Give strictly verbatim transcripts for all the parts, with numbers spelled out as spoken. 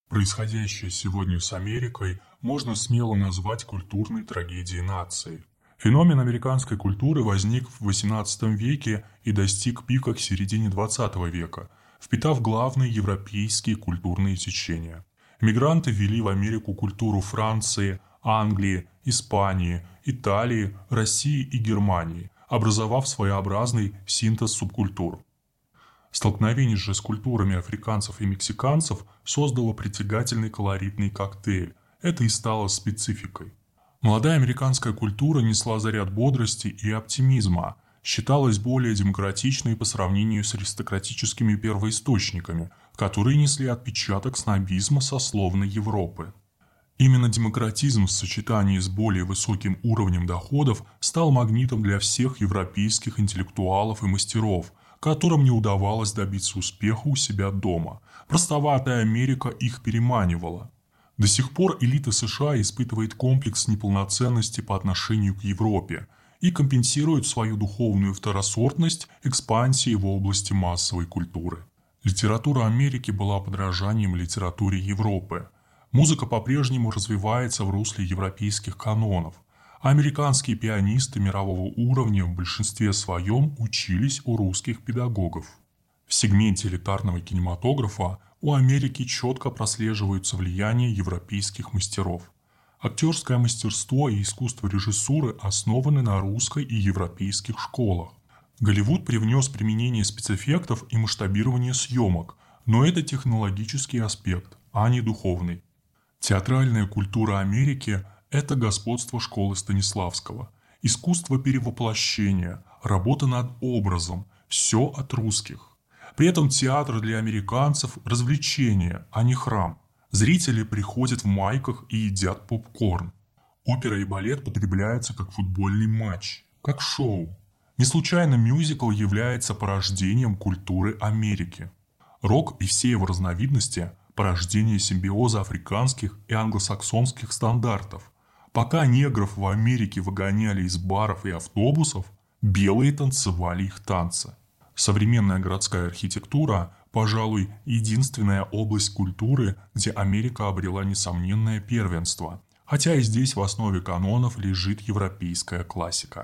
Происходящее сегодня с Америкой можно смело назвать культурной трагедией нации. Феномен американской культуры возник в восемнадцатом веке и достиг пика к середине двадцатого века, впитав главные европейские культурные течения. Мигранты ввели в Америку культуру Франции, Англии, Испании, Италии, России и Германии, образовав своеобразный синтез субкультур. Столкновение же с культурами африканцев и мексиканцев создало притягательный колоритный коктейль. Это и стало спецификой. Молодая американская культура несла заряд бодрости и оптимизма, считалась более демократичной по сравнению с аристократическими первоисточниками, которые несли отпечаток снобизма сословной Европы. Именно демократизм в сочетании с более высоким уровнем доходов стал магнитом для всех европейских интеллектуалов и мастеров, которым не удавалось добиться успеха у себя дома. Простоватая Америка их переманивала. До сих пор элита США испытывает комплекс неполноценности по отношению к Европе и компенсирует свою духовную второсортность экспансией в области массовой культуры. Литература Америки была подражанием литературе Европы. Музыка по-прежнему развивается в русле европейских канонов. Американские пианисты мирового уровня в большинстве своем учились у русских педагогов. В сегменте элитарного кинематографа у Америки четко прослеживаются влияния европейских мастеров. Актерское мастерство и искусство режиссуры основаны на русской и европейских школах. Голливуд привнес применение спецэффектов и масштабирование съемок, но это технологический аспект, а не духовный. Театральная культура Америки – это господство школы Станиславского, искусство перевоплощения, работа над образом, все от русских. При этом театр для американцев – развлечение, а не храм. Зрители приходят в майках и едят попкорн. Опера и балет потребляются как футбольный матч, как шоу. Не случайно мюзикл является порождением культуры Америки. Рок и все его разновидности – порождение симбиоза африканских и англосаксонских стандартов. Пока негров в Америке выгоняли из баров и автобусов, белые танцевали их танцы. Современная городская архитектура, пожалуй, единственная область культуры, где Америка обрела несомненное первенство, хотя и здесь в основе канонов лежит европейская классика.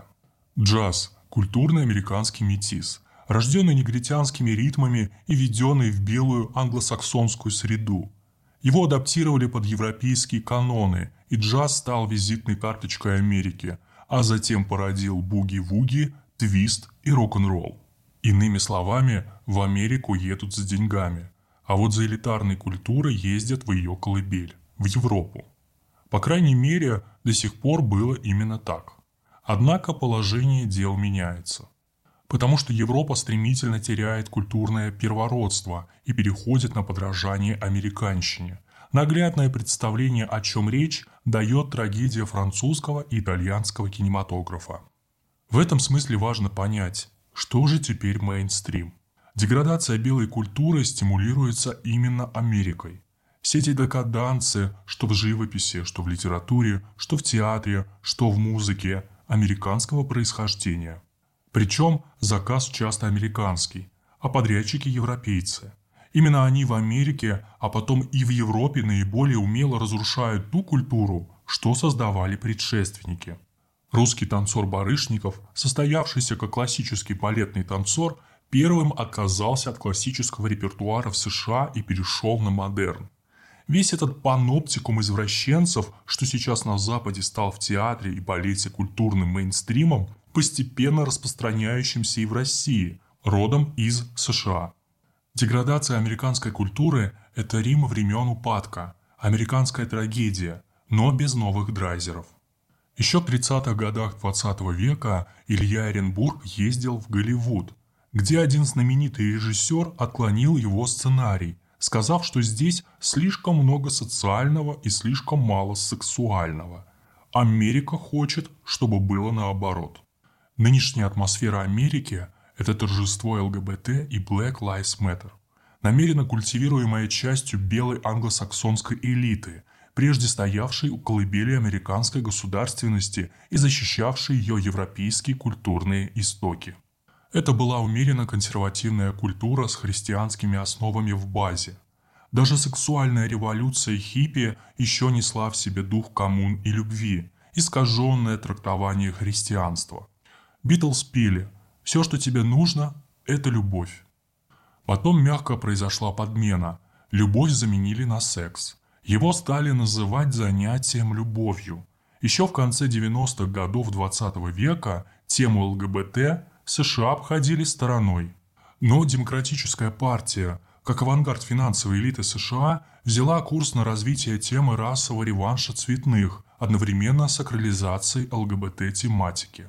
Джаз – культурный американский метис, рожденный негритянскими ритмами и введенный в белую англосаксонскую среду. Его адаптировали под европейские каноны, и джаз стал визитной карточкой Америки, а затем породил буги-вуги, твист и рок-н-ролл. Иными словами, в Америку едут за деньгами, а вот за элитарной культурой ездят в ее колыбель, в Европу. По крайней мере, до сих пор было именно так. Однако положение дел меняется. Потому что Европа стремительно теряет культурное первородство и переходит на подражание американщине. Наглядное представление, о чем речь, дает трагедия французского и итальянского кинематографа. В этом смысле важно понять, что же теперь мейнстрим. Деградация белой культуры стимулируется именно Америкой. Все эти декадансы, что в живописи, что в литературе, что в театре, что в музыке, американского происхождения. Причем заказ часто американский, а подрядчики европейцы. Именно они в Америке, а потом и в Европе наиболее умело разрушают ту культуру, что создавали предшественники. Русский танцор Барышников, состоявшийся как классический балетный танцор, первым отказался от классического репертуара в США и перешел на модерн. Весь этот паноптикум извращенцев, что сейчас на Западе стал в театре и балете культурным мейнстримом, постепенно распространяющимся и в России, родом из США. Деградация американской культуры – это Рим времен упадка, американская трагедия, но без новых драйзеров. Еще в тридцатых годах двадцатого века Илья Оренбург ездил в Голливуд, где один знаменитый режиссер отклонил его сценарий, сказав, что здесь слишком много социального и слишком мало сексуального. Америка хочет, чтобы было наоборот. Нынешняя атмосфера Америки – это торжество ЛГБТ и Black Lives Matter, намеренно культивируемая частью белой англосаксонской элиты, прежде стоявшей у колыбели американской государственности и защищавшей ее европейские культурные истоки. Это была умеренно консервативная культура с христианскими основами в базе. Даже сексуальная революция хиппи еще несла в себе дух коммун и любви, искаженное трактование христианства. Битлз пели «Все, что тебе нужно, это любовь». Потом мягко произошла подмена. Любовь заменили на секс. Его стали называть занятием любовью. Еще в конце девяностых годов двадцатого века тему ЛГБТ США обходили стороной. Но Демократическая партия, как авангард финансовой элиты США, взяла курс на развитие темы расового реванша цветных, одновременно с сакрализацией ЛГБТ-тематики.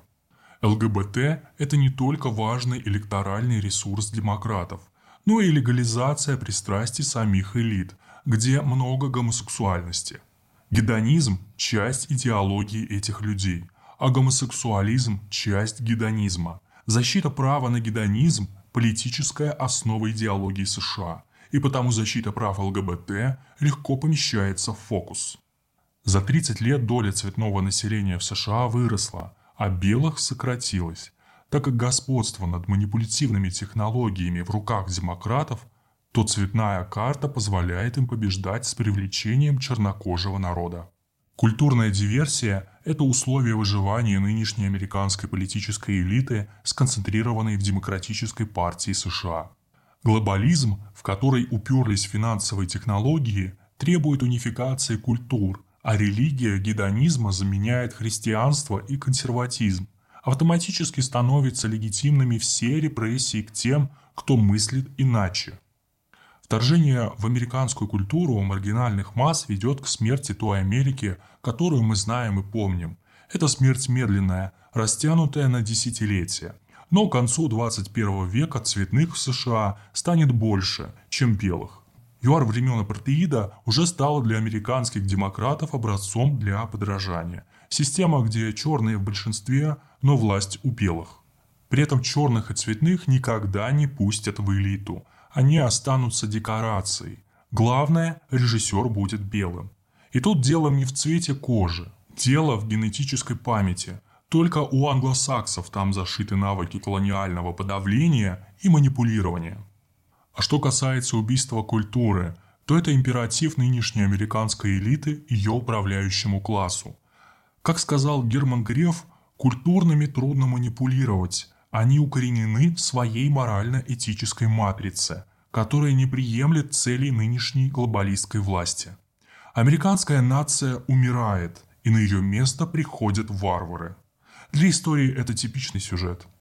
ЛГБТ – это не только важный электоральный ресурс демократов, но и легализация пристрастий самих элит, где много гомосексуальности. Гедонизм – часть идеологии этих людей, а гомосексуализм – часть гедонизма. Защита права на гедонизм – политическая основа идеологии США, и потому защита прав ЛГБТ легко помещается в фокус. За тридцать лет доля цветного населения в США выросла, а белых сократилась, так как господство над манипулятивными технологиями в руках демократов, то цветная карта позволяет им побеждать с привлечением чернокожего народа. Культурная диверсия – это условие выживания нынешней американской политической элиты, сконцентрированной в Демократической партии США. Глобализм, в который уперлись финансовые технологии, требует унификации культур, а религия гедонизма заменяет христианство и консерватизм. Автоматически становятся легитимными все репрессии к тем, кто мыслит иначе. Вторжение в американскую культуру маргинальных масс ведет к смерти той Америки, которую мы знаем и помним. Это смерть медленная, растянутая на десятилетия. Но к концу двадцать первого века цветных в США станет больше, чем белых. ЮАР времен апартеида уже стала для американских демократов образцом для подражания. Система, где черные в большинстве, но власть у белых. При этом черных и цветных никогда не пустят в элиту. Они останутся декорацией. Главное, режиссер будет белым. И тут дело не в цвете кожи. Дело в генетической памяти. Только у англосаксов там зашиты навыки колониального подавления и манипулирования. А что касается убийства культуры, то это императив нынешней американской элиты ее управляющему классу. Как сказал Герман Греф, культурными трудно манипулировать. Они укоренены в своей морально-этической матрице, которая не приемлет целей нынешней глобалистской власти. Американская нация умирает, и на ее место приходят варвары. Для истории это типичный сюжет.